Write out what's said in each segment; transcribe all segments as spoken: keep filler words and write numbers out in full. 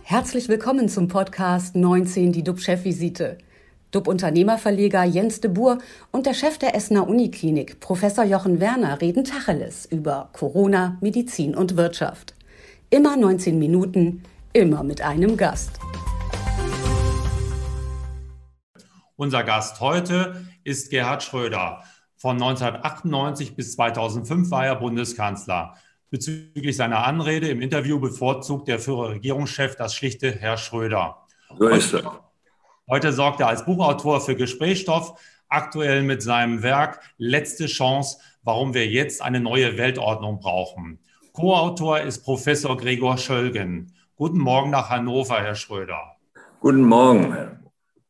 Herzlich willkommen zum Podcast neunzehn, die D U B-Chefvisite. D U B-Unternehmerverleger Jens de Boer und der Chef der Essener Uniklinik, Professor Jochen Werner, reden Tacheles über Corona, Medizin und Wirtschaft. Immer neunzehn Minuten, immer mit einem Gast. Unser Gast heute ist Gerhard Schröder. Von neunzehnhundertachtundneunzig bis zweitausendfünf war er Bundeskanzler. Bezüglich seiner Anrede im Interview bevorzugt der frühere Regierungschef das schlichte Herr Schröder. So ist es. Heute sorgt er als Buchautor für Gesprächsstoff, aktuell mit seinem Werk Letzte Chance, warum wir jetzt eine neue Weltordnung brauchen. Co-Autor ist Professor Gregor Schölgen. Guten Morgen nach Hannover, Herr Schröder. Guten Morgen, Herr.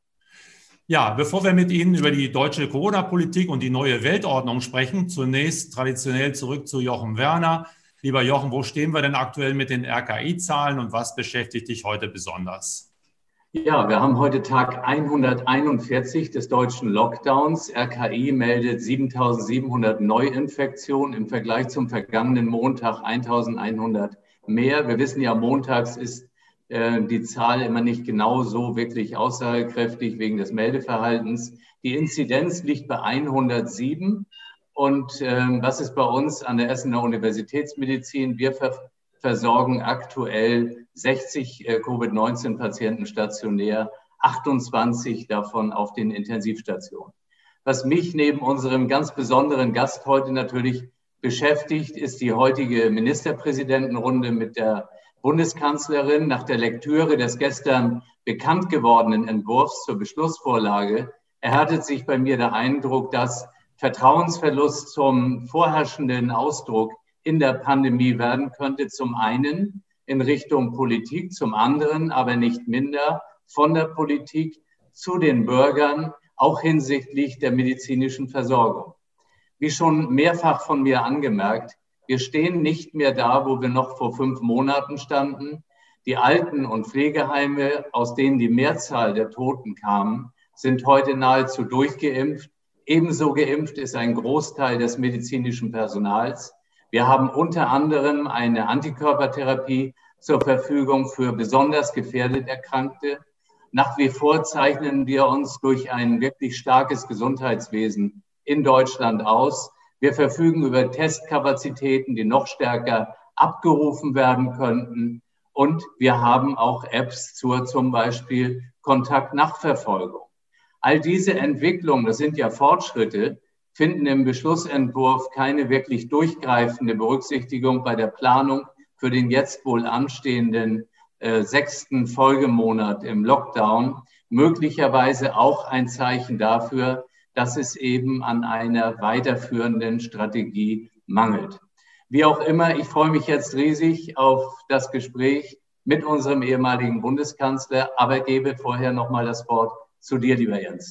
Ja, bevor wir mit Ihnen über die deutsche Corona-Politik und die neue Weltordnung sprechen, zunächst traditionell zurück zu Jochen Werner. Lieber Jochen, wo stehen wir denn aktuell mit den R K I-Zahlen und was beschäftigt dich heute besonders? Ja, wir haben heute Tag hunderteinundvierzig des deutschen Lockdowns. R K I meldet siebentausendsiebenhundert Neuinfektionen im Vergleich zum vergangenen Montag eintausendeinhundert mehr. Wir wissen ja, montags ist äh, die Zahl immer nicht genau so wirklich aussagekräftig wegen des Meldeverhaltens. Die Inzidenz liegt bei hundertsieben. Und äh, was ist bei uns an der Essener Universitätsmedizin? Wir ver versorgen aktuell sechzig äh, Covid neunzehn Patienten stationär, achtundzwanzig davon auf den Intensivstationen. Was mich neben unserem ganz besonderen Gast heute natürlich beschäftigt, ist die heutige Ministerpräsidentenrunde mit der Bundeskanzlerin. Nach der Lektüre des gestern bekannt gewordenen Entwurfs zur Beschlussvorlage erhärtet sich bei mir der Eindruck, dass Vertrauensverlust zum vorherrschenden Ausdruck in der Pandemie werden könnte. Zum einen in Richtung Politik, zum anderen aber nicht minder von der Politik zu den Bürgern, auch hinsichtlich der medizinischen Versorgung. Wie schon mehrfach von mir angemerkt, wir stehen nicht mehr da, wo wir noch vor fünf Monaten standen. Die Alten- und Pflegeheime, aus denen die Mehrzahl der Toten kamen, sind heute nahezu durchgeimpft. Ebenso geimpft ist ein Großteil des medizinischen Personals. Wir haben unter anderem eine Antikörpertherapie zur Verfügung für besonders gefährdet Erkrankte. Nach wie vor zeichnen wir uns durch ein wirklich starkes Gesundheitswesen in Deutschland aus. Wir verfügen über Testkapazitäten, die noch stärker abgerufen werden könnten. Und wir haben auch Apps zur zum Beispiel Kontaktnachverfolgung. All diese Entwicklungen, das sind ja Fortschritte, finden im Beschlussentwurf keine wirklich durchgreifende Berücksichtigung bei der Planung für den jetzt wohl anstehenden äh, sechsten Folgemonat im Lockdown. Möglicherweise auch ein Zeichen dafür, dass es eben an einer weiterführenden Strategie mangelt. Wie auch immer, ich freue mich jetzt riesig auf das Gespräch mit unserem ehemaligen Bundeskanzler, aber gebe vorher noch mal das Wort zu dir, lieber Jens.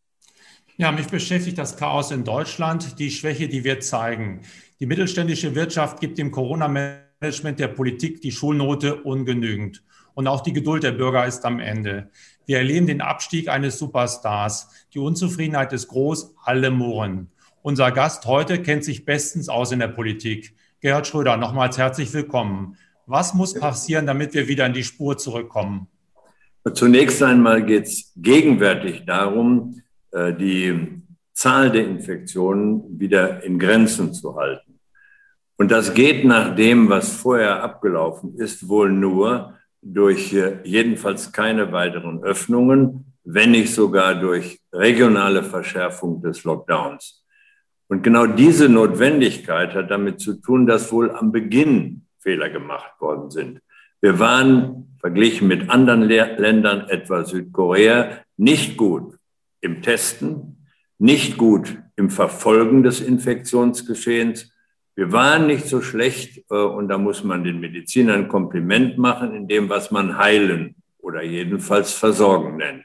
Ja, mich beschäftigt das Chaos in Deutschland, die Schwäche, die wir zeigen. Die mittelständische Wirtschaft gibt dem Corona-Management der Politik die Schulnote ungenügend. Und auch die Geduld der Bürger ist am Ende. Wir erleben den Abstieg eines Superstars. Die Unzufriedenheit ist groß, alle murren. Unser Gast heute kennt sich bestens aus in der Politik. Gerhard Schröder, nochmals herzlich willkommen. Was muss passieren, damit wir wieder in die Spur zurückkommen? Zunächst einmal geht es gegenwärtig darum, die Zahl der Infektionen wieder in Grenzen zu halten. Und das geht nach dem, was vorher abgelaufen ist, wohl nur durch jedenfalls keine weiteren Öffnungen, wenn nicht sogar durch regionale Verschärfung des Lockdowns. Und genau diese Notwendigkeit hat damit zu tun, dass wohl am Beginn Fehler gemacht worden sind. Wir waren verglichen mit anderen Ländern, etwa Südkorea, nicht gut im Testen, nicht gut im Verfolgen des Infektionsgeschehens. Wir waren nicht so schlecht, und da muss man den Medizinern ein Kompliment machen, in dem, was man heilen oder jedenfalls versorgen nennt.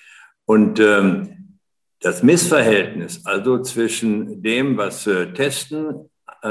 Und ähm, das Missverhältnis also zwischen dem, was äh, Testen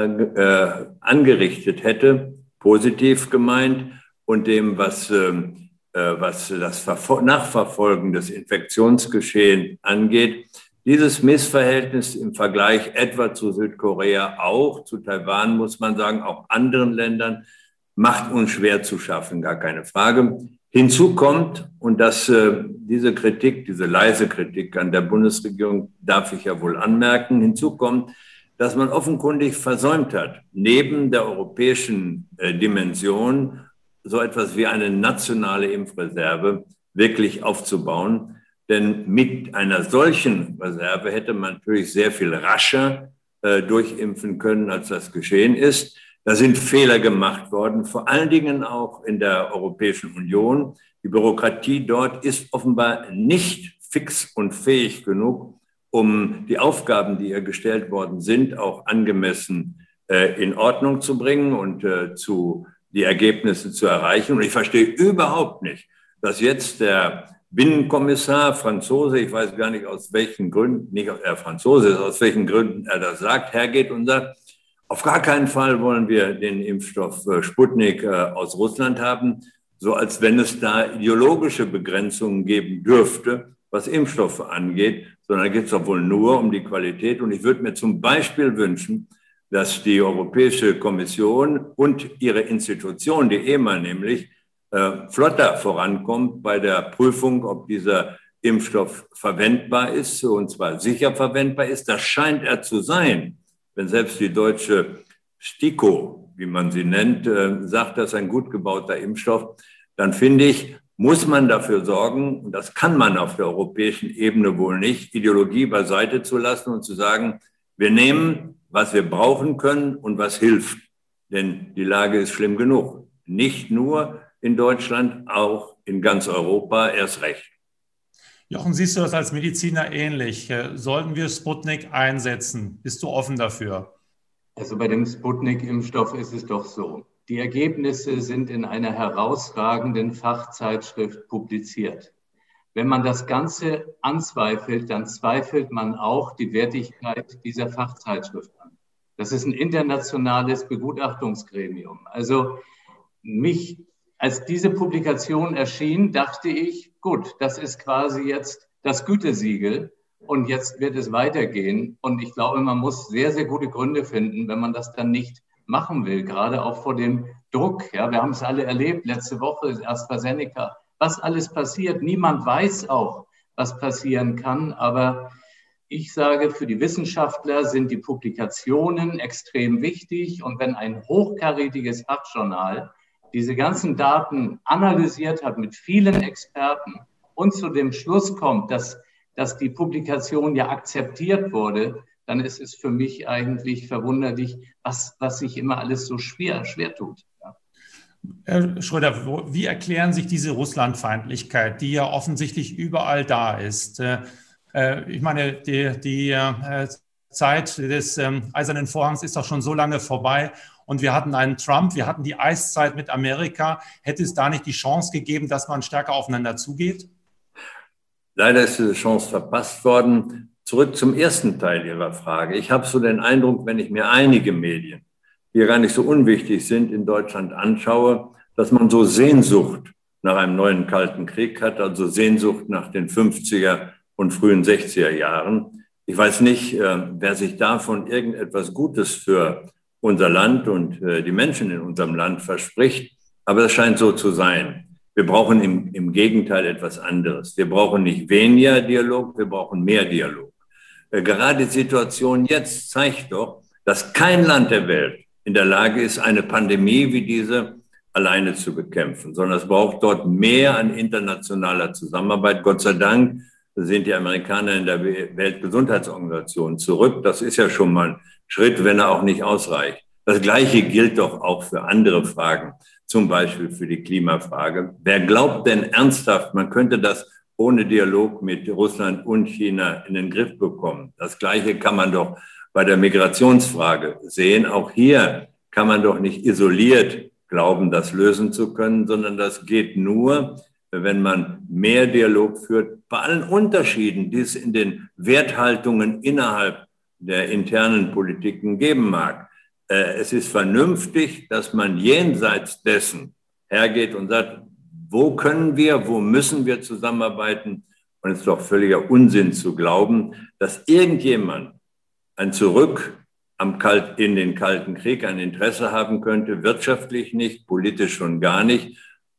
äh, angerichtet hätte, positiv gemeint, und dem, was, äh, was das Verfol- Nachverfolgen des Infektionsgeschehens angeht. Dieses Missverhältnis im Vergleich etwa zu Südkorea, auch zu Taiwan, muss man sagen, auch anderen Ländern, macht uns schwer zu schaffen, gar keine Frage. Hinzu kommt, und das, äh, diese Kritik, diese leise Kritik an der Bundesregierung darf ich ja wohl anmerken, hinzu kommt, dass man offenkundig versäumt hat, neben der europäischen äh, Dimension so etwas wie eine nationale Impfreserve wirklich aufzubauen. Denn mit einer solchen Reserve hätte man natürlich sehr viel rascher äh, durchimpfen können, als das geschehen ist. Da sind Fehler gemacht worden, vor allen Dingen auch in der Europäischen Union. Die Bürokratie dort ist offenbar nicht fix und fähig genug, um die Aufgaben, die ihr gestellt worden sind, auch angemessen äh, in Ordnung zu bringen und äh, zu, die Ergebnisse zu erreichen. Und ich verstehe überhaupt nicht, dass jetzt der Binnenkommissar, Franzose, ich weiß gar nicht aus welchen Gründen, nicht er Franzose ist, aus welchen Gründen er das sagt, hergeht und sagt, auf gar keinen Fall wollen wir den Impfstoff äh, Sputnik äh, aus Russland haben, so als wenn es da ideologische Begrenzungen geben dürfte, was Impfstoffe angeht, sondern da geht es doch wohl nur um die Qualität. Und ich würde mir zum Beispiel wünschen, dass die Europäische Kommission und ihre Institution, die E M A nämlich, äh, flotter vorankommt bei der Prüfung, ob dieser Impfstoff verwendbar ist, und zwar sicher verwendbar ist. Das scheint er zu sein. Wenn selbst die deutsche STIKO, wie man sie nennt, äh, sagt, das ist ein gut gebauter Impfstoff, dann finde ich, muss man dafür sorgen, und das kann man auf der europäischen Ebene wohl nicht, Ideologie beiseite zu lassen und zu sagen, wir nehmen, was wir brauchen können und was hilft. Denn die Lage ist schlimm genug. Nicht nur in Deutschland, auch in ganz Europa erst recht. Jochen, siehst du das als Mediziner ähnlich? Sollten wir Sputnik einsetzen? Bist du offen dafür? Also bei dem Sputnik-Impfstoff ist es doch so. Die Ergebnisse sind in einer herausragenden Fachzeitschrift publiziert. Wenn man das Ganze anzweifelt, dann zweifelt man auch die Wertigkeit dieser Fachzeitschrift an. Das ist ein internationales Begutachtungsgremium. Also mich, als diese Publikation erschien, dachte ich, gut, das ist quasi jetzt das Gütesiegel und jetzt wird es weitergehen. Und ich glaube, man muss sehr, sehr gute Gründe finden, wenn man das dann nicht machen will, gerade auch vor dem Druck. Ja, wir haben es alle erlebt, letzte Woche AstraZeneca, was alles passiert. Niemand weiß auch, was passieren kann, aber ich sage, für die Wissenschaftler sind die Publikationen extrem wichtig, und wenn ein hochkarätiges Fachjournal diese ganzen Daten analysiert hat mit vielen Experten und zu dem Schluss kommt, dass, dass die Publikation ja akzeptiert wurde, dann ist es für mich eigentlich verwunderlich, was, was sich immer alles so schwer, schwer tut. Ja. Herr Schröder, wie erklären sich diese Russlandfeindlichkeit, die ja offensichtlich überall da ist? Ich meine, die, die Zeit des Eisernen Vorhangs ist doch schon so lange vorbei. Und wir hatten einen Trump, wir hatten die Eiszeit mit Amerika. Hätte es da nicht die Chance gegeben, dass man stärker aufeinander zugeht? Leider ist diese Chance verpasst worden. Zurück zum ersten Teil Ihrer Frage. Ich habe so den Eindruck, wenn ich mir einige Medien, die ja gar nicht so unwichtig sind, in Deutschland anschaue, dass man so Sehnsucht nach einem neuen Kalten Krieg hat, also Sehnsucht nach den fünfziger und frühen sechziger Jahren. Ich weiß nicht, wer sich davon irgendetwas Gutes für unser Land und die Menschen in unserem Land verspricht, aber es scheint so zu sein. Wir brauchen im, im Gegenteil etwas anderes. Wir brauchen nicht weniger Dialog, wir brauchen mehr Dialog. Gerade die Situation jetzt zeigt doch, dass kein Land der Welt in der Lage ist, eine Pandemie wie diese alleine zu bekämpfen, sondern es braucht dort mehr an internationaler Zusammenarbeit. Gott sei Dank sind die Amerikaner in der Weltgesundheitsorganisation zurück. Das ist ja schon mal ein Schritt, wenn er auch nicht ausreicht. Das Gleiche gilt doch auch für andere Fragen, zum Beispiel für die Klimafrage. Wer glaubt denn ernsthaft, man könnte das ohne Dialog mit Russland und China in den Griff bekommen? Das Gleiche kann man doch bei der Migrationsfrage sehen. Auch hier kann man doch nicht isoliert glauben, das lösen zu können, sondern das geht nur, wenn man mehr Dialog führt, bei allen Unterschieden, die es in den Werthaltungen innerhalb der internen Politiken geben mag. Es ist vernünftig, dass man jenseits dessen hergeht und sagt, wo können wir, wo müssen wir zusammenarbeiten? Und es ist doch völliger Unsinn zu glauben, dass irgendjemand ein Zurück am Kalt, in den Kalten Krieg ein Interesse haben könnte, wirtschaftlich nicht, politisch schon gar nicht.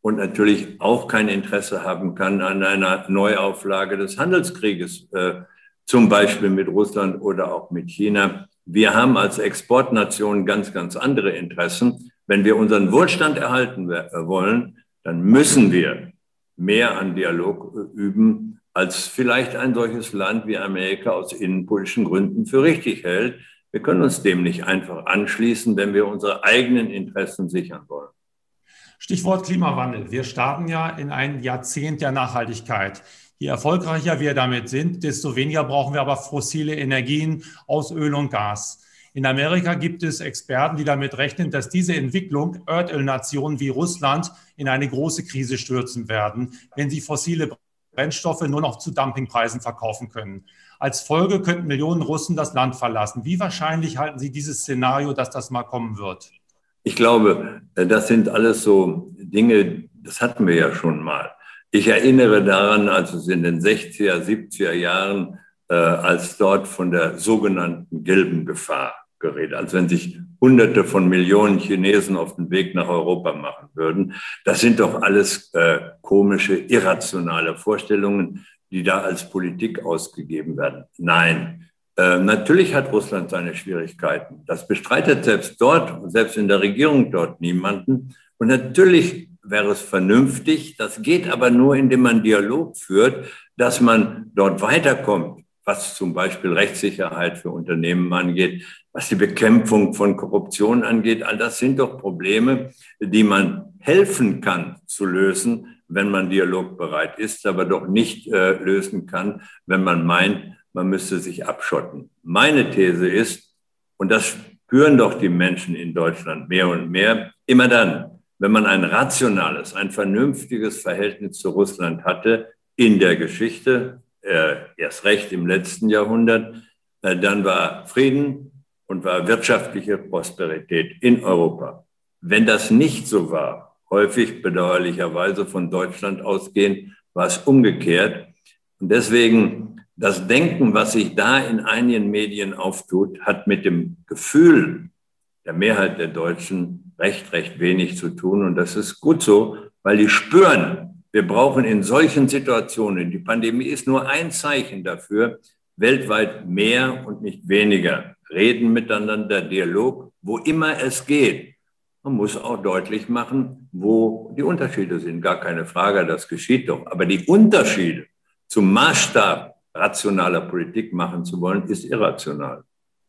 und natürlich auch kein Interesse haben kann an einer Neuauflage des Handelskrieges, äh, zum Beispiel mit Russland oder auch mit China. Wir haben als Exportnation ganz, ganz andere Interessen. Wenn wir unseren Wohlstand erhalten wollen, dann müssen wir mehr an Dialog üben, als vielleicht ein solches Land wie Amerika aus innenpolitischen Gründen für richtig hält. Wir können uns dem nicht einfach anschließen, wenn wir unsere eigenen Interessen sichern wollen. Stichwort Klimawandel. Wir starten ja in ein Jahrzehnt der Nachhaltigkeit. Je erfolgreicher wir damit sind, desto weniger brauchen wir aber fossile Energien aus Öl und Gas. In Amerika gibt es Experten, die damit rechnen, dass diese Entwicklung Erdölnationen wie Russland in eine große Krise stürzen werden, wenn sie fossile Brennstoffe nur noch zu Dumpingpreisen verkaufen können. Als Folge könnten Millionen Russen das Land verlassen. Wie wahrscheinlich halten Sie dieses Szenario, dass das mal kommen wird? Ich glaube, das sind alles so Dinge, das hatten wir ja schon mal. Ich erinnere daran, als es in den sechziger, siebziger Jahren, äh, als dort von der sogenannten gelben Gefahr geredet, als wenn sich Hunderte von Millionen Chinesen auf den Weg nach Europa machen würden. Das sind doch alles äh, komische, irrationale Vorstellungen, die da als Politik ausgegeben werden. Nein, äh, natürlich hat Russland seine Schwierigkeiten. Das bestreitet selbst dort, selbst in der Regierung dort niemanden. Und natürlich wäre es vernünftig, das geht aber nur, indem man Dialog führt, dass man dort weiterkommt, was zum Beispiel Rechtssicherheit für Unternehmen angeht, was die Bekämpfung von Korruption angeht. All das sind doch Probleme, die man helfen kann zu lösen, wenn man dialogbereit ist, aber doch nicht äh, lösen kann, wenn man meint, man müsste sich abschotten. Meine These ist, und das spüren doch die Menschen in Deutschland mehr und mehr, immer dann, wenn man ein rationales, ein vernünftiges Verhältnis zu Russland hatte in der Geschichte, äh, erst recht im letzten Jahrhundert, äh, dann war Frieden und war wirtschaftliche Prosperität in Europa. Wenn das nicht so war, häufig bedauerlicherweise von Deutschland ausgehend, war es umgekehrt. Und deswegen das Denken, was sich da in einigen Medien auftut, hat mit dem Gefühl der Mehrheit der Deutschen recht, recht wenig zu tun. Und das ist gut so, weil die spüren, wir brauchen in solchen Situationen, die Pandemie ist nur ein Zeichen dafür, weltweit mehr und nicht weniger. Reden miteinander, Dialog, wo immer es geht. Man muss auch deutlich machen, wo die Unterschiede sind. Gar keine Frage, das geschieht doch. Aber die Unterschiede zum Maßstab rationaler Politik machen zu wollen, ist irrational.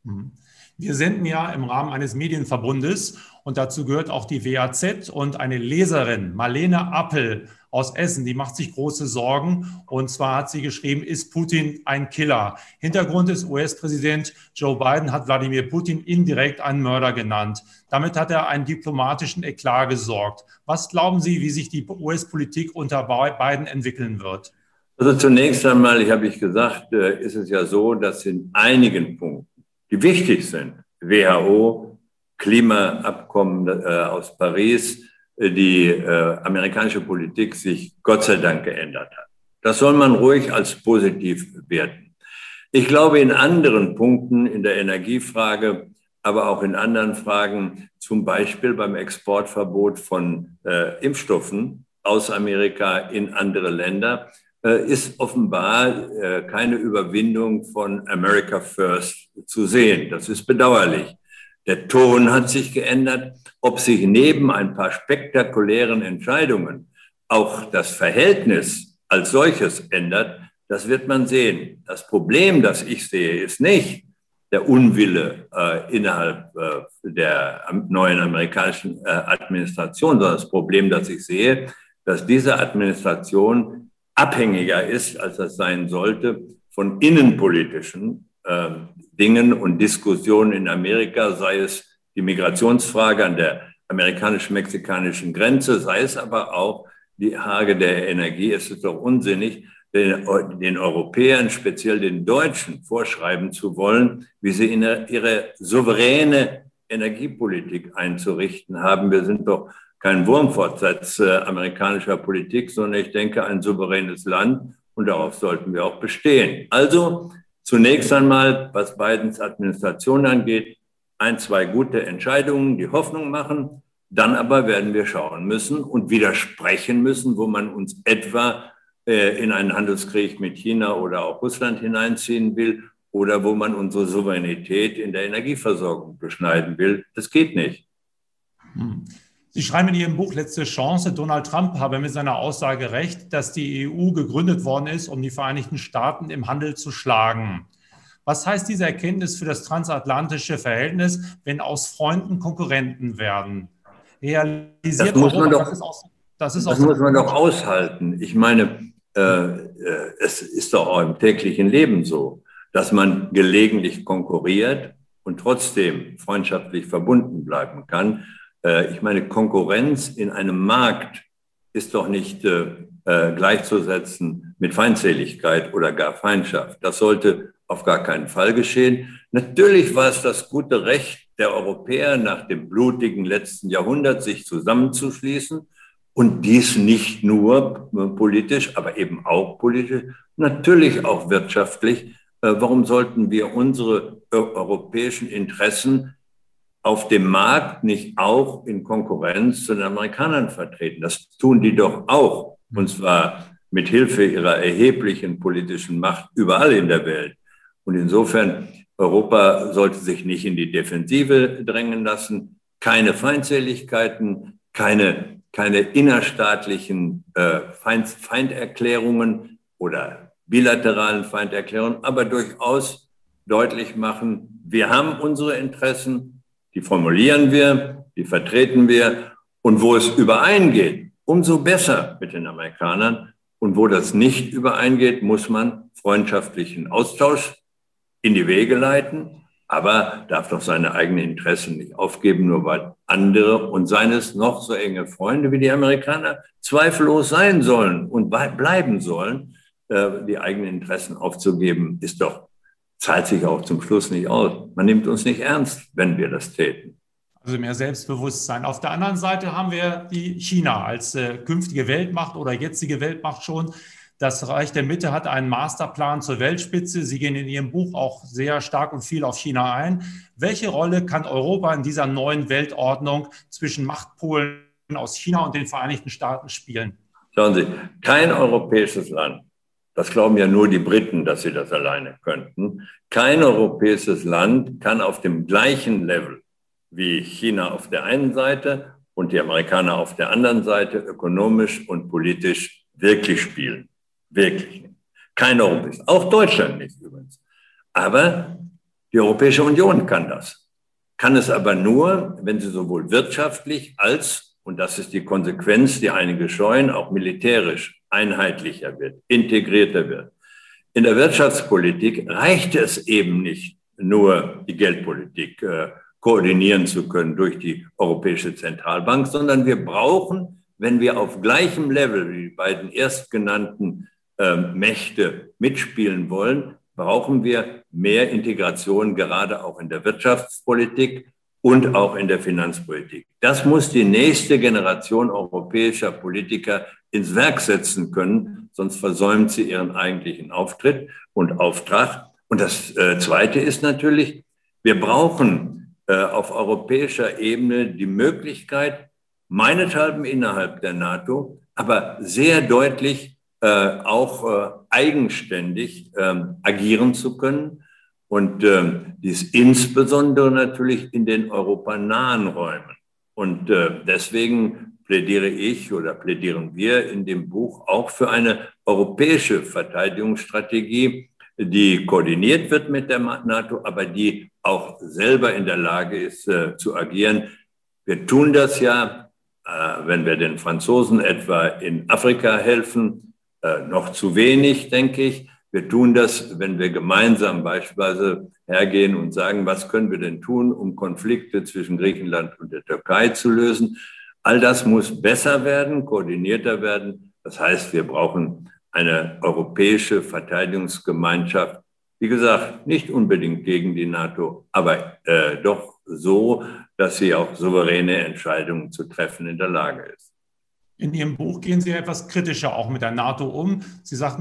Wir senden ja im Rahmen eines Medienverbundes und dazu gehört auch die W A Z und eine Leserin, Marlene Appel aus Essen, die macht sich große Sorgen und zwar hat sie geschrieben, ist Putin ein Killer? Hintergrund ist, U S-Präsident Joe Biden hat Wladimir Putin indirekt einen Mörder genannt. Damit hat er einen diplomatischen Eklat gesorgt. Was glauben Sie, wie sich die U S-Politik unter Biden entwickeln wird? Also zunächst einmal, ich habe ich gesagt, ist es ja so, dass in einigen Punkten, die wichtig sind, W H O, Klimaabkommen äh, aus Paris, äh, die äh, amerikanische Politik sich Gott sei Dank geändert hat. Das soll man ruhig als positiv werten. Ich glaube, in anderen Punkten, in der Energiefrage, aber auch in anderen Fragen, zum Beispiel beim Exportverbot von äh, Impfstoffen aus Amerika in andere Länder, ist offenbar äh, keine Überwindung von America First zu sehen. Das ist bedauerlich. Der Ton hat sich geändert. Ob sich neben ein paar spektakulären Entscheidungen auch das Verhältnis als solches ändert, das wird man sehen. Das Problem, das ich sehe, ist nicht der Unwille äh, innerhalb äh, der neuen amerikanischen äh, Administration, sondern das Problem, das ich sehe, dass diese Administration abhängiger ist, als das sein sollte, von innenpolitischen äh, Dingen und Diskussionen in Amerika, sei es die Migrationsfrage an der amerikanisch-mexikanischen Grenze, sei es aber auch die Frage der Energie. Es ist doch unsinnig, den, den Europäern, speziell den Deutschen, vorschreiben zu wollen, wie sie in ihre souveräne Energiepolitik einzurichten haben. Wir sind doch kein Wurmfortsatz äh, amerikanischer Politik, sondern ich denke ein souveränes Land und darauf sollten wir auch bestehen. Also zunächst einmal, was Bidens Administration angeht, ein, zwei gute Entscheidungen, die Hoffnung machen Dann aber werden wir schauen müssen und widersprechen müssen, wo man uns etwa äh, in einen Handelskrieg mit China oder auch Russland hineinziehen will oder wo man unsere Souveränität in der Energieversorgung beschneiden will. Das geht nicht. Hm. Sie schreiben in Ihrem Buch Letzte Chance, Donald Trump habe mit seiner Aussage recht, dass die E U gegründet worden ist, um die Vereinigten Staaten im Handel zu schlagen. Was heißt diese Erkenntnis für das transatlantische Verhältnis, wenn aus Freunden Konkurrenten werden? Realisiert das muss man Europa, doch, das ist aus, das ist das aus muss man doch aushalten. Ich meine, äh, äh, es ist doch auch im täglichen Leben so, dass man gelegentlich konkurriert und trotzdem freundschaftlich verbunden bleiben kann. Äh, ich meine, Konkurrenz in einem Markt ist doch nicht äh, äh, gleichzusetzen mit Feindseligkeit oder gar Feindschaft. Das sollte auf gar keinen Fall geschehen. Natürlich war es das gute Recht der Europäer nach dem blutigen letzten Jahrhundert, sich zusammenzuschließen und dies nicht nur politisch, aber eben auch politisch, natürlich auch wirtschaftlich. Warum sollten wir unsere europäischen Interessen auf dem Markt nicht auch in Konkurrenz zu den Amerikanern vertreten? Das tun die doch auch, und zwar mit Hilfe ihrer erheblichen politischen Macht überall in der Welt. Und insofern, Europa sollte sich nicht in die Defensive drängen lassen, keine Feindseligkeiten, keine, keine innerstaatlichen äh, Feind, Feinderklärungen oder bilateralen Feinderklärungen, aber durchaus deutlich machen, wir haben unsere Interessen, die formulieren wir, die vertreten wir, und wo es übereingeht, umso besser mit den Amerikanern, und wo das nicht übereingeht, muss man freundschaftlichen Austausch in die Wege leiten, aber darf doch seine eigenen Interessen nicht aufgeben, nur weil andere und seines noch so enge Freunde wie die Amerikaner zweifellos sein sollen und bleiben sollen. Die eigenen Interessen aufzugeben, ist doch, zahlt sich auch zum Schluss nicht aus. Man nimmt uns nicht ernst, wenn wir das täten. Also mehr Selbstbewusstsein. Auf der anderen Seite haben wir die China als äh, künftige Weltmacht oder jetzige Weltmacht schon. Das Reich der Mitte hat einen Masterplan zur Weltspitze. Sie gehen in Ihrem Buch auch sehr stark und viel auf China ein. Welche Rolle kann Europa in dieser neuen Weltordnung zwischen Machtpolen aus China und den Vereinigten Staaten spielen? Schauen Sie, kein europäisches Land, das glauben ja nur die Briten, dass sie das alleine könnten, kein europäisches Land kann auf dem gleichen Level wie China auf der einen Seite und die Amerikaner auf der anderen Seite ökonomisch und politisch wirklich spielen. Wirklich nicht. Kein europäisches, auch Deutschland nicht übrigens. Aber die Europäische Union kann das. Kann es aber nur, wenn sie sowohl wirtschaftlich als, und das ist die Konsequenz, die einige scheuen, auch militärisch einheitlicher wird, integrierter wird. In der Wirtschaftspolitik reicht es eben nicht nur, die Geldpolitik äh, koordinieren zu können durch die Europäische Zentralbank, sondern wir brauchen, wenn wir auf gleichem Level wie die beiden erstgenannten äh, Mächte mitspielen wollen, brauchen wir mehr Integration, gerade auch in der Wirtschaftspolitik und auch in der Finanzpolitik. Das muss die nächste Generation europäischer Politiker ins Werk setzen können, sonst versäumt sie ihren eigentlichen Auftritt und Auftrag. Und das äh, Zweite ist natürlich, wir brauchen äh, auf europäischer Ebene die Möglichkeit, meinethalben innerhalb der NATO, aber sehr deutlich äh, auch äh, eigenständig äh, agieren zu können. Und äh, dies insbesondere natürlich in den europanahen Räumen. Und äh, deswegen plädiere ich oder plädieren wir in dem Buch auch für eine europäische Verteidigungsstrategie, die koordiniert wird mit der NATO, aber die auch selber in der Lage ist äh, zu agieren. Wir tun das ja, äh, wenn wir den Franzosen etwa in Afrika helfen, äh, noch zu wenig, denke ich. Wir tun das, wenn wir gemeinsam beispielsweise hergehen und sagen, was können wir denn tun, um Konflikte zwischen Griechenland und der Türkei zu lösen. All das muss besser werden, koordinierter werden. Das heißt, wir brauchen eine europäische Verteidigungsgemeinschaft. Wie gesagt, nicht unbedingt gegen die NATO, aber äh, doch so, dass sie auch souveräne Entscheidungen zu treffen in der Lage ist. In Ihrem Buch gehen Sie etwas kritischer auch mit der NATO um. Sie sagten,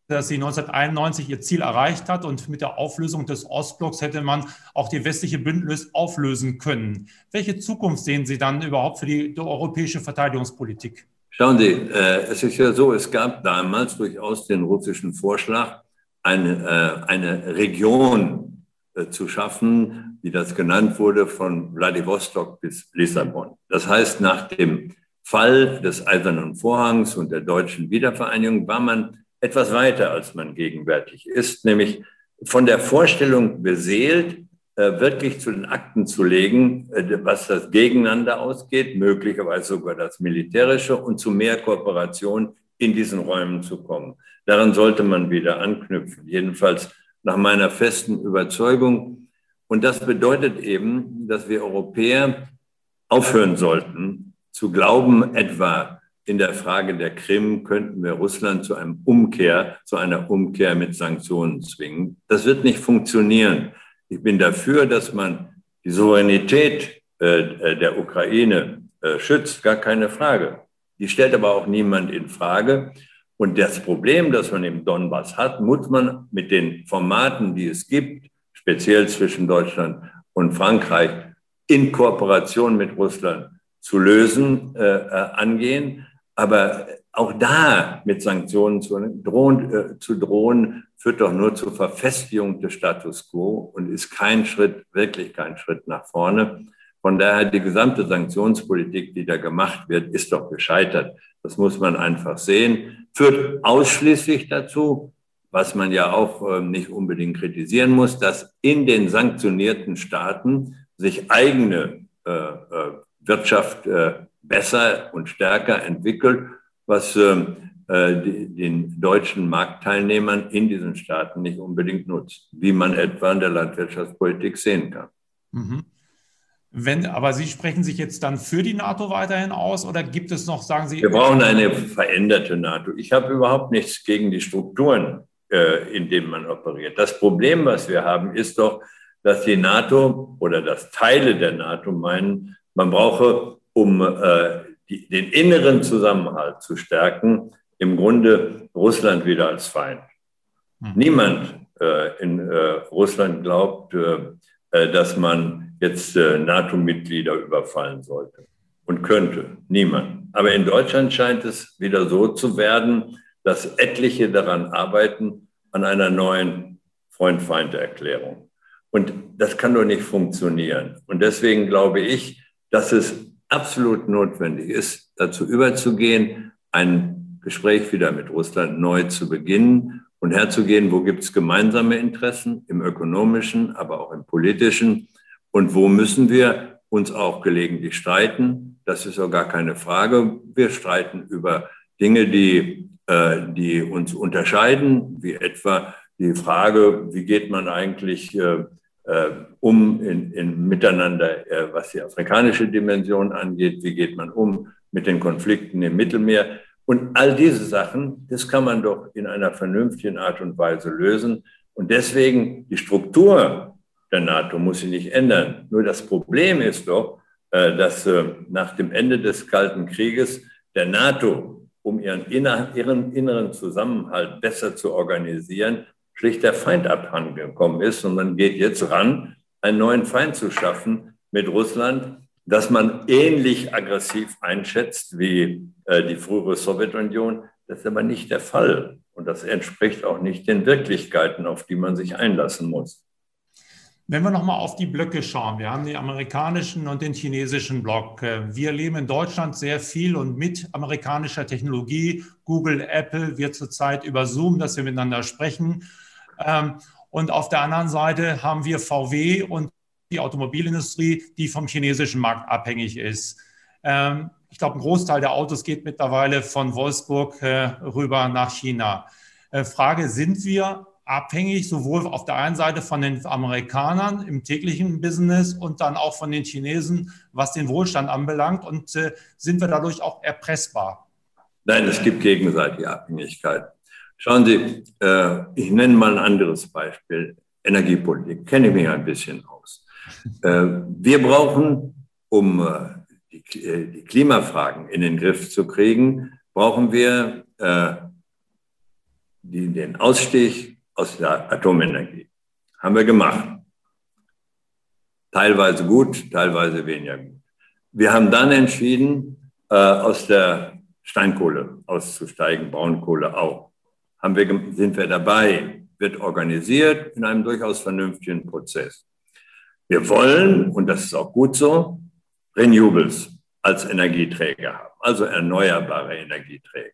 dass sie neunzehnhunderteinundneunzig ihr Ziel erreicht hat und mit der Auflösung des Ostblocks hätte man auch die westliche Bündnis auflösen können. Welche Zukunft sehen Sie dann überhaupt für die, die europäische Verteidigungspolitik? Schauen Sie, äh, es ist ja so, es gab damals durchaus den russischen Vorschlag, eine, äh, eine Region äh, zu schaffen, wie das genannt wurde, von Wladiwostok bis Lissabon. Das heißt, nach dem Fall des Eisernen Vorhangs und der deutschen Wiedervereinigung war man etwas weiter, als man gegenwärtig ist, nämlich von der Vorstellung beseelt, äh, wirklich zu den Akten zu legen, äh, was das Gegeneinander ausgeht, möglicherweise sogar das Militärische, und zu mehr Kooperation in diesen Räumen zu kommen. Daran sollte man wieder anknüpfen, jedenfalls nach meiner festen Überzeugung. Und das bedeutet eben, dass wir Europäer aufhören sollten, zu glauben, etwa in der Frage der Krim könnten wir Russland zu einem Umkehr, zu einer Umkehr mit Sanktionen zwingen. Das wird nicht funktionieren. Ich bin dafür, dass man die Souveränität äh, der Ukraine äh, schützt, gar keine Frage. Die stellt aber auch niemand in Frage. Und das Problem, das man im Donbass hat, muss man mit den Formaten, die es gibt, speziell zwischen Deutschland und Frankreich, in Kooperation mit Russland zu lösen, äh, äh, angehen. Aber auch da mit Sanktionen zu drohen, äh, zu drohen, führt doch nur zur Verfestigung des Status quo und ist kein Schritt, wirklich kein Schritt nach vorne. Von daher, die gesamte Sanktionspolitik, die da gemacht wird, ist doch gescheitert. Das muss man einfach sehen. Führt ausschließlich dazu, was man ja auch äh, nicht unbedingt kritisieren muss, dass in den sanktionierten Staaten sich eigene äh, äh, Wirtschaft äh, besser und stärker entwickelt, was äh, die, den deutschen Marktteilnehmern in diesen Staaten nicht unbedingt nutzt, wie man etwa in der Landwirtschaftspolitik sehen kann. Mhm. Wenn, aber Sie sprechen sich jetzt dann für die NATO weiterhin aus oder gibt es noch, sagen Sie... Wir brauchen eine veränderte NATO. Ich habe überhaupt nichts gegen die Strukturen, äh, in denen man operiert. Das Problem, was wir haben, ist doch, dass die NATO oder dass Teile der NATO meinen, man brauche, um äh, die, den inneren Zusammenhalt zu stärken, im Grunde Russland wieder als Feind. Hm. Niemand äh, in äh, Russland glaubt, äh, dass man jetzt äh, NATO-Mitglieder überfallen sollte und könnte. Niemand. Aber in Deutschland scheint es wieder so zu werden, dass etliche daran arbeiten, an einer neuen Freund-Feind-Erklärung. Und das kann doch nicht funktionieren. Und deswegen glaube ich, dass es absolut notwendig ist, dazu überzugehen, ein Gespräch wieder mit Russland neu zu beginnen und herzugehen, wo gibt es gemeinsame Interessen, im ökonomischen, aber auch im politischen. Und wo müssen wir uns auch gelegentlich streiten? Das ist auch gar keine Frage. Wir streiten über Dinge, die, äh, die uns unterscheiden, wie etwa die Frage, wie geht man eigentlich äh, äh, um in, in miteinander, äh, was die afrikanische Dimension angeht, wie geht man um mit den Konflikten im Mittelmeer. Und all diese Sachen, das kann man doch in einer vernünftigen Art und Weise lösen. Und deswegen die Struktur der NATO muss sich nicht ändern. Nur das Problem ist doch, dass nach dem Ende des Kalten Krieges der NATO, um ihren inneren Zusammenhalt besser zu organisieren, schlicht der Feind abhandengekommen ist. Und man geht jetzt ran, einen neuen Feind zu schaffen mit Russland, dass man ähnlich aggressiv einschätzt wie äh, die frühere Sowjetunion. Das ist aber nicht der Fall. Und das entspricht auch nicht den Wirklichkeiten, auf die man sich einlassen muss. Wenn wir nochmal auf die Blöcke schauen, wir haben den amerikanischen und den chinesischen Block. Wir leben in Deutschland sehr viel und mit amerikanischer Technologie. Google, Apple wird zurzeit über Zoom, dass wir miteinander sprechen. Und auf der anderen Seite haben wir V W und die Automobilindustrie, die vom chinesischen Markt abhängig ist. Ähm, ich glaube, ein Großteil der Autos geht mittlerweile von Wolfsburg äh, rüber nach China. Äh, Frage, sind wir abhängig sowohl auf der einen Seite von den Amerikanern im täglichen Business und dann auch von den Chinesen, was den Wohlstand anbelangt? Und äh, sind wir dadurch auch erpressbar? Nein, es gibt gegenseitige Abhängigkeit. Schauen Sie, äh, ich nenne mal ein anderes Beispiel. Energiepolitik, kenne ich mich ein bisschen aus. Wir brauchen, um die Klimafragen in den Griff zu kriegen, brauchen wir die, den Ausstieg aus der Atomenergie. Haben wir gemacht. Teilweise gut, teilweise weniger gut. Wir haben dann entschieden, äh, aus der Steinkohle auszusteigen, Braunkohle auch. Haben wir, sind wir dabei, wird organisiert in einem durchaus vernünftigen Prozess. Wir wollen, und das ist auch gut so, Renewables als Energieträger haben, also erneuerbare Energieträger.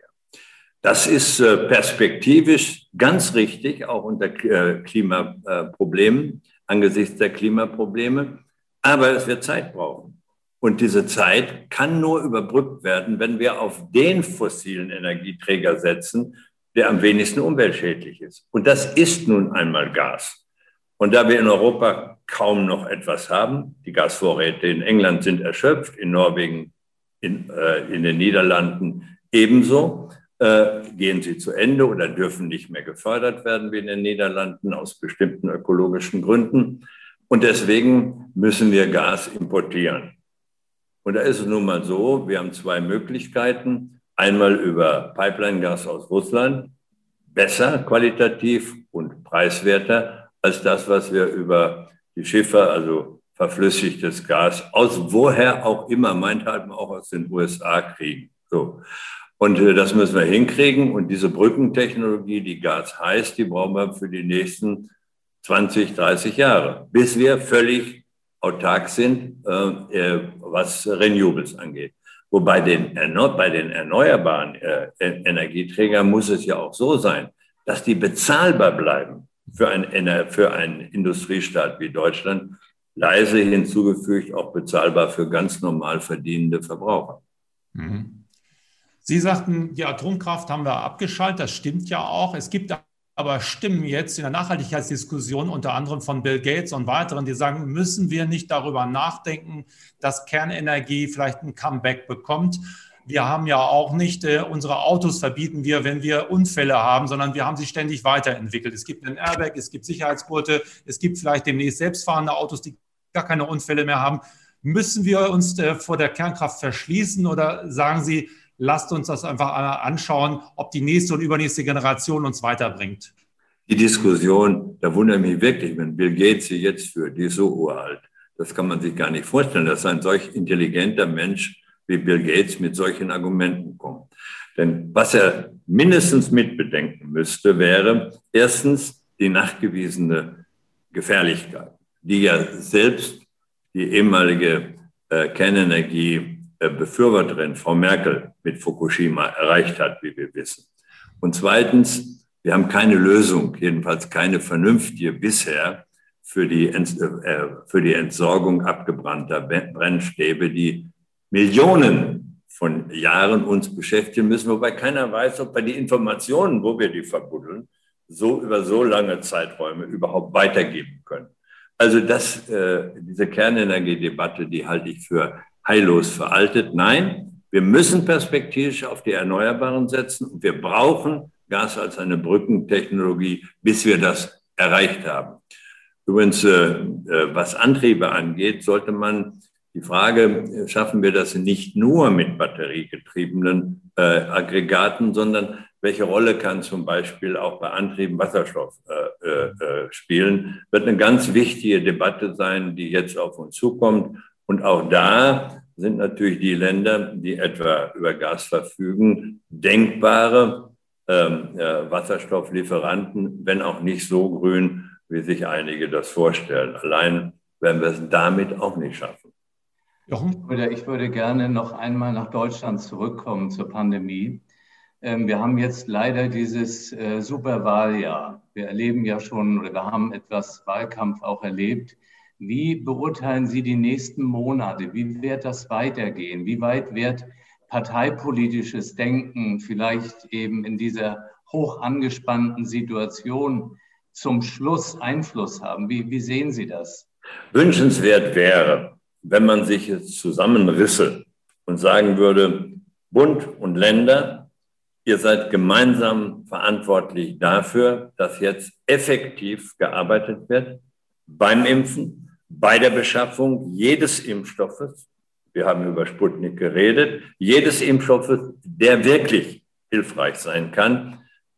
Das ist äh, perspektivisch ganz richtig, auch unter äh, Klimaproblemen, angesichts der Klimaprobleme. Aber es wird Zeit brauchen. Und diese Zeit kann nur überbrückt werden, wenn wir auf den fossilen Energieträger setzen, der am wenigsten umweltschädlich ist. Und das ist nun einmal Gas. Und da wir in Europa kaum noch etwas haben, die Gasvorräte in England sind erschöpft, in Norwegen, in, äh, in den Niederlanden ebenso, äh, gehen sie zu Ende oder dürfen nicht mehr gefördert werden wie in den Niederlanden aus bestimmten ökologischen Gründen. Und deswegen müssen wir Gas importieren. Und da ist es nun mal so, wir haben zwei Möglichkeiten. Einmal über Pipeline-Gas aus Russland, besser qualitativ und preiswerter als das, was wir über die Schiffe, also verflüssigtes Gas, aus woher auch immer, meinethalben auch aus den U S A kriegen. So. Und äh, das müssen wir hinkriegen. Und diese Brückentechnologie, die Gas heißt, die brauchen wir für die nächsten zwanzig, dreißig Jahre, bis wir völlig autark sind, äh, was Renewables angeht. Wobei den, bei den erneuerbaren äh, Energieträgern muss es ja auch so sein, dass die bezahlbar bleiben für, ein, für einen Industriestaat wie Deutschland, leise hinzugefügt auch bezahlbar für ganz normal verdienende Verbraucher. Mhm. Sie sagten, die Atomkraft haben wir abgeschaltet, das stimmt ja auch. Es gibt aber Stimmen jetzt in der Nachhaltigkeitsdiskussion, unter anderem von Bill Gates und weiteren, die sagen, müssen wir nicht darüber nachdenken, dass Kernenergie vielleicht ein Comeback bekommt. Wir haben ja auch nicht, äh, unsere Autos verbieten wir, wenn wir Unfälle haben, sondern wir haben sie ständig weiterentwickelt. Es gibt einen Airbag, es gibt Sicherheitsgurte, es gibt vielleicht demnächst selbstfahrende Autos, die gar keine Unfälle mehr haben. Müssen wir uns äh, vor der Kernkraft verschließen oder sagen Sie, lasst uns das einfach anschauen, ob die nächste und übernächste Generation uns weiterbringt? Die Diskussion, da wundert mich wirklich, wenn Bill Gates sie jetzt führt, die ist so uralt. Das kann man sich gar nicht vorstellen, dass ein solch intelligenter Mensch wie Bill Gates mit solchen Argumenten kommt. Denn was er mindestens mitbedenken müsste, wäre erstens die nachgewiesene Gefährlichkeit, die ja selbst die ehemalige äh, Kernenergie Befürworterin, Frau Merkel, mit Fukushima erreicht hat, wie wir wissen. Und zweitens, wir haben keine Lösung, jedenfalls keine vernünftige bisher für die, äh, für die Entsorgung abgebrannter Brennstäbe, die Millionen von Jahren uns beschäftigen müssen, wobei keiner weiß, ob wir die Informationen, wo wir die verbuddeln, so über so lange Zeiträume überhaupt weitergeben können. Also das, äh, diese Kernenergiedebatte, die halte ich für heillos veraltet. Nein, wir müssen perspektivisch auf die Erneuerbaren setzen und wir brauchen Gas als eine Brückentechnologie, bis wir das erreicht haben. Übrigens, äh, was Antriebe angeht, sollte man die Frage, schaffen wir das nicht nur mit batteriegetriebenen äh, Aggregaten, sondern welche Rolle kann zum Beispiel auch bei Antrieben Wasserstoff äh, äh, spielen, wird eine ganz wichtige Debatte sein, die jetzt auf uns zukommt. Und auch da sind natürlich die Länder, die etwa über Gas verfügen, denkbare ähm, äh, Wasserstofflieferanten, wenn auch nicht so grün, wie sich einige das vorstellen. Allein werden wir es damit auch nicht schaffen. Jochen? Ich würde, ich würde gerne noch einmal nach Deutschland zurückkommen zur Pandemie. Ähm, wir haben jetzt leider dieses äh, Superwahljahr. Wir erleben ja schon, oder wir haben etwas Wahlkampf auch erlebt. Wie beurteilen Sie die nächsten Monate? Wie wird das weitergehen? Wie weit wird parteipolitisches Denken vielleicht eben in dieser hoch angespannten Situation zum Schluss Einfluss haben? Wie, wie sehen Sie das? Wünschenswert wäre, wenn man sich jetzt zusammenrisse und sagen würde, Bund und Länder, ihr seid gemeinsam verantwortlich dafür, dass jetzt effektiv gearbeitet wird beim Impfen, bei der Beschaffung jedes Impfstoffes, wir haben über Sputnik geredet, jedes Impfstoffes, der wirklich hilfreich sein kann,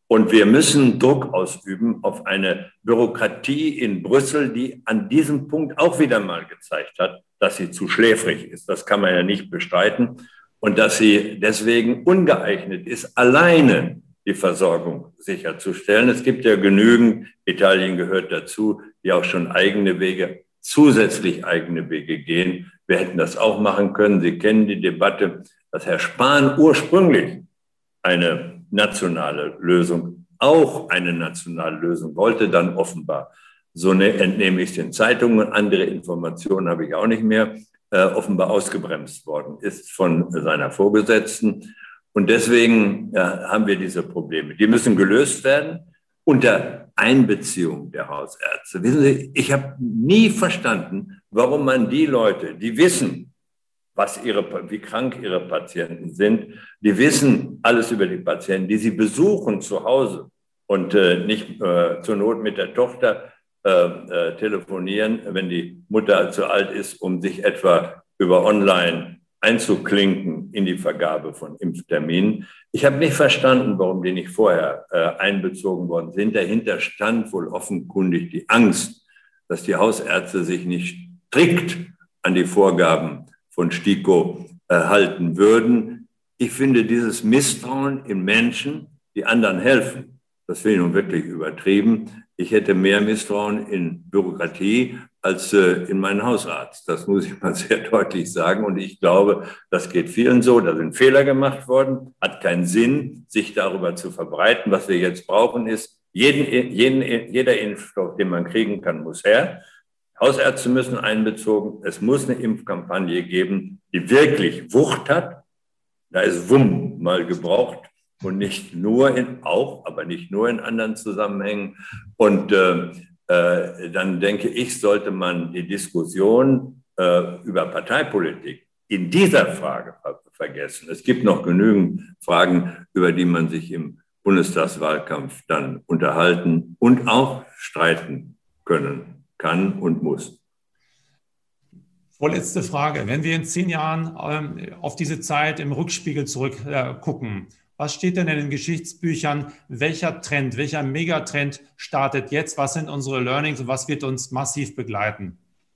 Und wir müssen Druck ausüben auf eine Bürokratie in Brüssel, die an diesem Punkt auch wieder mal gezeigt hat, dass sie zu schläfrig ist. Das kann man ja nicht bestreiten. Und dass sie deswegen ungeeignet ist, alleine die Versorgung sicherzustellen. Es gibt ja genügend, Italien gehört dazu, die auch schon eigene Wege, zusätzlich eigene Wege gehen. Wir hätten das auch machen können. Sie kennen die Debatte, dass Herr Spahn ursprünglich eine nationale Lösung, auch eine nationale Lösung wollte, dann offenbar, so ne, entnehme ich den Zeitungen, andere Informationen habe ich auch nicht mehr, äh, offenbar ausgebremst worden ist von seiner Vorgesetzten. Und deswegen äh, haben wir diese Probleme. Die müssen gelöst werden unter Einbeziehung der Hausärzte. Wissen Sie, ich habe nie verstanden, warum man die Leute, die wissen, was ihre, wie krank ihre Patienten sind. Die wissen alles über die Patienten, die sie besuchen zu Hause und äh, nicht äh, zur Not mit der Tochter äh, äh, telefonieren, wenn die Mutter zu alt ist, um sich etwa über online einzuklinken in die Vergabe von Impfterminen. Ich habe nicht verstanden, warum die nicht vorher äh, einbezogen worden sind. Dahinter stand wohl offenkundig die Angst, dass die Hausärzte sich nicht strikt an die Vorgaben von STIKO äh, halten würden. Ich finde dieses Misstrauen in Menschen, die anderen helfen, das finde ich nun wirklich übertrieben. Ich hätte mehr Misstrauen in Bürokratie als äh, in meinen Hausarzt. Das muss ich mal sehr deutlich sagen. Und ich glaube, das geht vielen so. Da sind Fehler gemacht worden. Hat keinen Sinn, sich darüber zu verbreiten. Was wir jetzt brauchen, ist, jeden, jeden, jeder Impfstoff, den man kriegen kann, muss her. Hausärzte müssen einbezogen. Es muss eine Impfkampagne geben, die wirklich Wucht hat. Da ist Wumm mal gebraucht und nicht nur in, auch, aber nicht nur in anderen Zusammenhängen. Und äh, äh, dann denke ich, sollte man die Diskussion äh, über Parteipolitik in dieser Frage ver vergessen. Es gibt noch genügend Fragen, über die man sich im Bundestagswahlkampf dann unterhalten und auch streiten können kann und muss. Vorletzte Frage. Wenn wir in zehn Jahren ähm, auf diese Zeit im Rückspiegel zurückgucken, äh, was steht denn in den Geschichtsbüchern? Welcher Trend, welcher Megatrend startet jetzt? Was sind unsere Learnings und was wird uns massiv begleiten?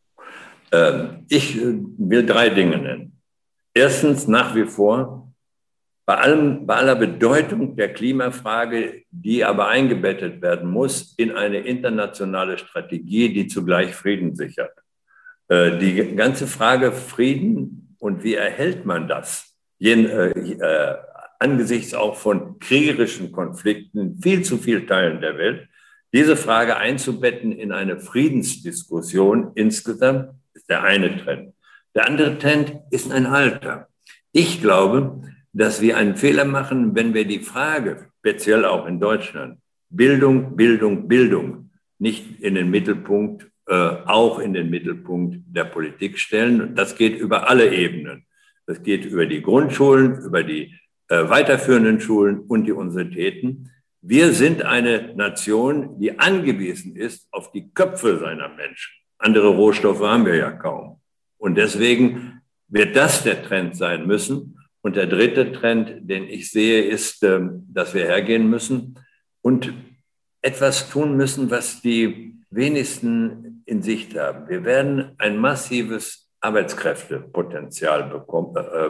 Ähm, ich äh, will drei Dinge nennen. Erstens, nach wie vor, bei, allem, bei aller Bedeutung der Klimafrage, die aber eingebettet werden muss in eine internationale Strategie, die zugleich Frieden sichert. Äh, die ganze Frage Frieden und wie erhält man das, jen, äh, äh, angesichts auch von kriegerischen Konflikten in viel zu vielen Teilen der Welt, diese Frage einzubetten in eine Friedensdiskussion insgesamt, ist der eine Trend. Der andere Trend ist ein alter. Ich glaube, dass wir einen Fehler machen, wenn wir die Frage, speziell auch in Deutschland, Bildung, Bildung, Bildung, nicht in den Mittelpunkt, äh, auch in den Mittelpunkt der Politik stellen. Und das geht über alle Ebenen. Das geht über die Grundschulen, über die äh, weiterführenden Schulen und die Universitäten. Wir sind eine Nation, die angewiesen ist auf die Köpfe seiner Menschen. Andere Rohstoffe haben wir ja kaum. Und deswegen wird das der Trend sein müssen. Und der dritte Trend, den ich sehe, ist, dass wir hergehen müssen und etwas tun müssen, was die wenigsten in Sicht haben. Wir werden ein massives Arbeitskräftepotenzial bekommen, äh,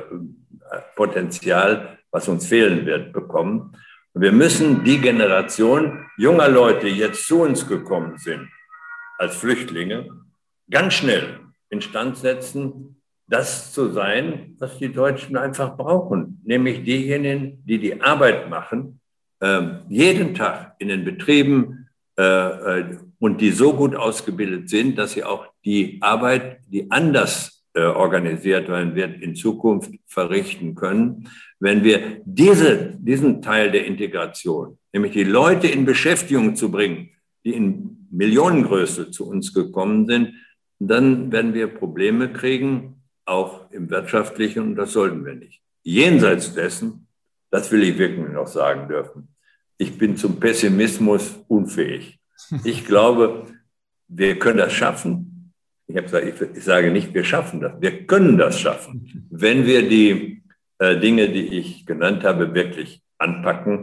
Potenzial, was uns fehlen wird, bekommen. Und wir müssen die Generation junger Leute, die jetzt zu uns gekommen sind, als Flüchtlinge, ganz schnell instand setzen, das zu sein, was die Deutschen einfach brauchen, nämlich diejenigen, die die Arbeit machen, äh, jeden Tag in den Betrieben äh, und die so gut ausgebildet sind, dass sie auch die Arbeit, die anders äh, organisiert werden wird, in Zukunft verrichten können. Wenn wir diese, diesen Teil der Integration, nämlich die Leute in Beschäftigung zu bringen, die in Millionengröße zu uns gekommen sind, dann werden wir Probleme kriegen, auch im Wirtschaftlichen, und das sollten wir nicht. Jenseits dessen, das will ich wirklich noch sagen dürfen, ich bin zum Pessimismus unfähig. Ich glaube, wir können das schaffen. Ich, habe gesagt, ich, ich sage nicht, wir schaffen das. Wir können das schaffen, wenn wir die äh, Dinge, die ich genannt habe, wirklich anpacken.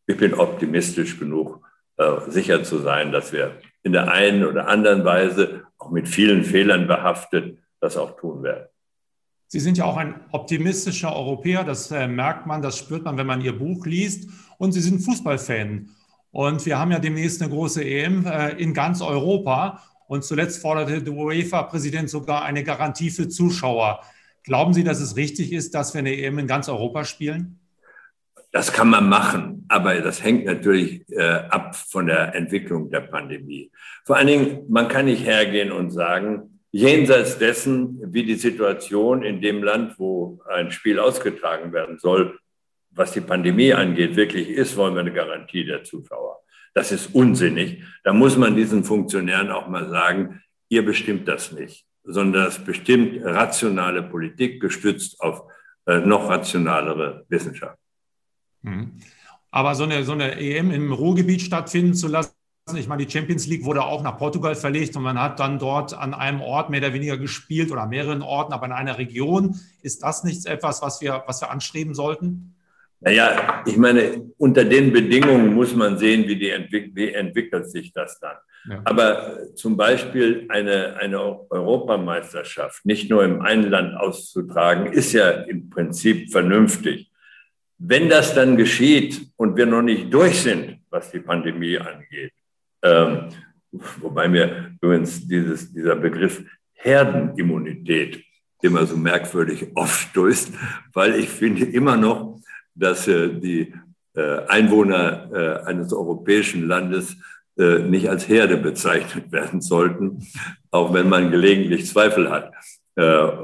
ich bin optimistisch genug, äh, sicher zu sein, dass wir in der einen oder anderen Weise, auch mit vielen Fehlern behaftet, das auch tun werden. Sie sind ja auch ein optimistischer Europäer, das äh, merkt man, das spürt man, wenn man Ihr Buch liest. Und Sie sind Fußballfan. Und wir haben ja demnächst eine große E M äh, in ganz Europa. Und zuletzt forderte der UEFA-Präsident sogar eine Garantie für Zuschauer. Glauben Sie, dass es richtig ist, dass wir eine E M in ganz Europa spielen? Das kann man machen, aber das hängt natürlich äh, ab von der Entwicklung der Pandemie. Vor allen Dingen, man kann nicht hergehen und sagen, jenseits dessen, wie die Situation in dem Land, wo ein Spiel ausgetragen werden soll, was die Pandemie angeht, wirklich ist, wollen wir eine Garantie der Zuschauer. Das ist unsinnig. Da muss man diesen Funktionären auch mal sagen, ihr bestimmt das nicht, sondern das bestimmt rationale Politik, gestützt auf äh, noch rationalere Wissenschaft. Aber so eine, so eine E M im Ruhrgebiet stattfinden zu lassen, ich meine, die Champions League wurde auch nach Portugal verlegt und man hat dann dort an einem Ort mehr oder weniger gespielt oder an mehreren Orten, aber in einer Region. Ist das nicht etwas, was wir, was wir anstreben sollten? Naja, ich meine, unter den Bedingungen muss man sehen, wie, die entwick- wie entwickelt sich das dann. Ja. Aber zum Beispiel eine, eine Europameisterschaft nicht nur im einen Land auszutragen, ist ja im Prinzip vernünftig. Wenn das dann geschieht und wir noch nicht durch sind, was die Pandemie angeht, ähm, wobei mir übrigens dieses, dieser Begriff Herdenimmunität immer so merkwürdig aufstößt, weil ich finde immer noch, dass äh, die äh, Einwohner äh, eines europäischen Landes äh, nicht als Herde bezeichnet werden sollten, auch wenn man gelegentlich Zweifel hat, äh,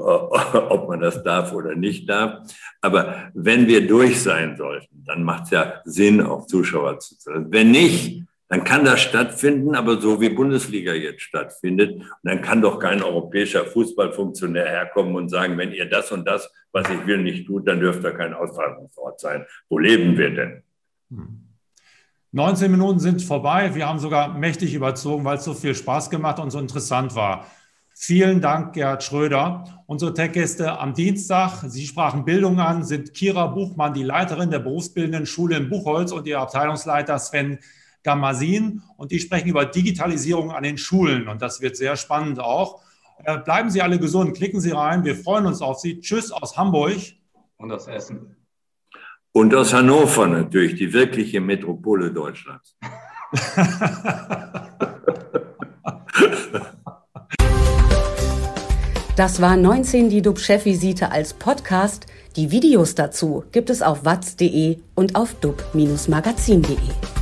ob man das darf oder nicht darf. Aber wenn wir durch sein sollten, dann macht es ja Sinn, auch Zuschauer zu zählen. Wenn nicht, dann kann das stattfinden, aber so wie Bundesliga jetzt stattfindet. Und dann kann doch kein europäischer Fußballfunktionär herkommen und sagen, wenn ihr das und das, was ich will, nicht tut, dann dürft ihr kein Austragungsort sein. Wo leben wir denn? neunzehn Minuten sind vorbei. Wir haben sogar mächtig überzogen, weil es so viel Spaß gemacht und so interessant war. Vielen Dank, Gerhard Schröder. Unsere Tech-Gäste am Dienstag, Sie sprachen Bildung an, sind Kira Buchmann, die Leiterin der berufsbildenden Schule in Buchholz, und ihr Abteilungsleiter Sven Gamasin. Und die sprechen über Digitalisierung an den Schulen. Und das wird sehr spannend auch. Bleiben Sie alle gesund, klicken Sie rein. Wir freuen uns auf Sie. Tschüss aus Hamburg. Und aus Essen. Und aus Hannover natürlich, die wirkliche Metropole Deutschlands. Das war neunzehn die D U B-Chefvisite als Podcast. Die Videos dazu gibt es auf watz punkt de und auf dub Bindestrich magazin punkt de.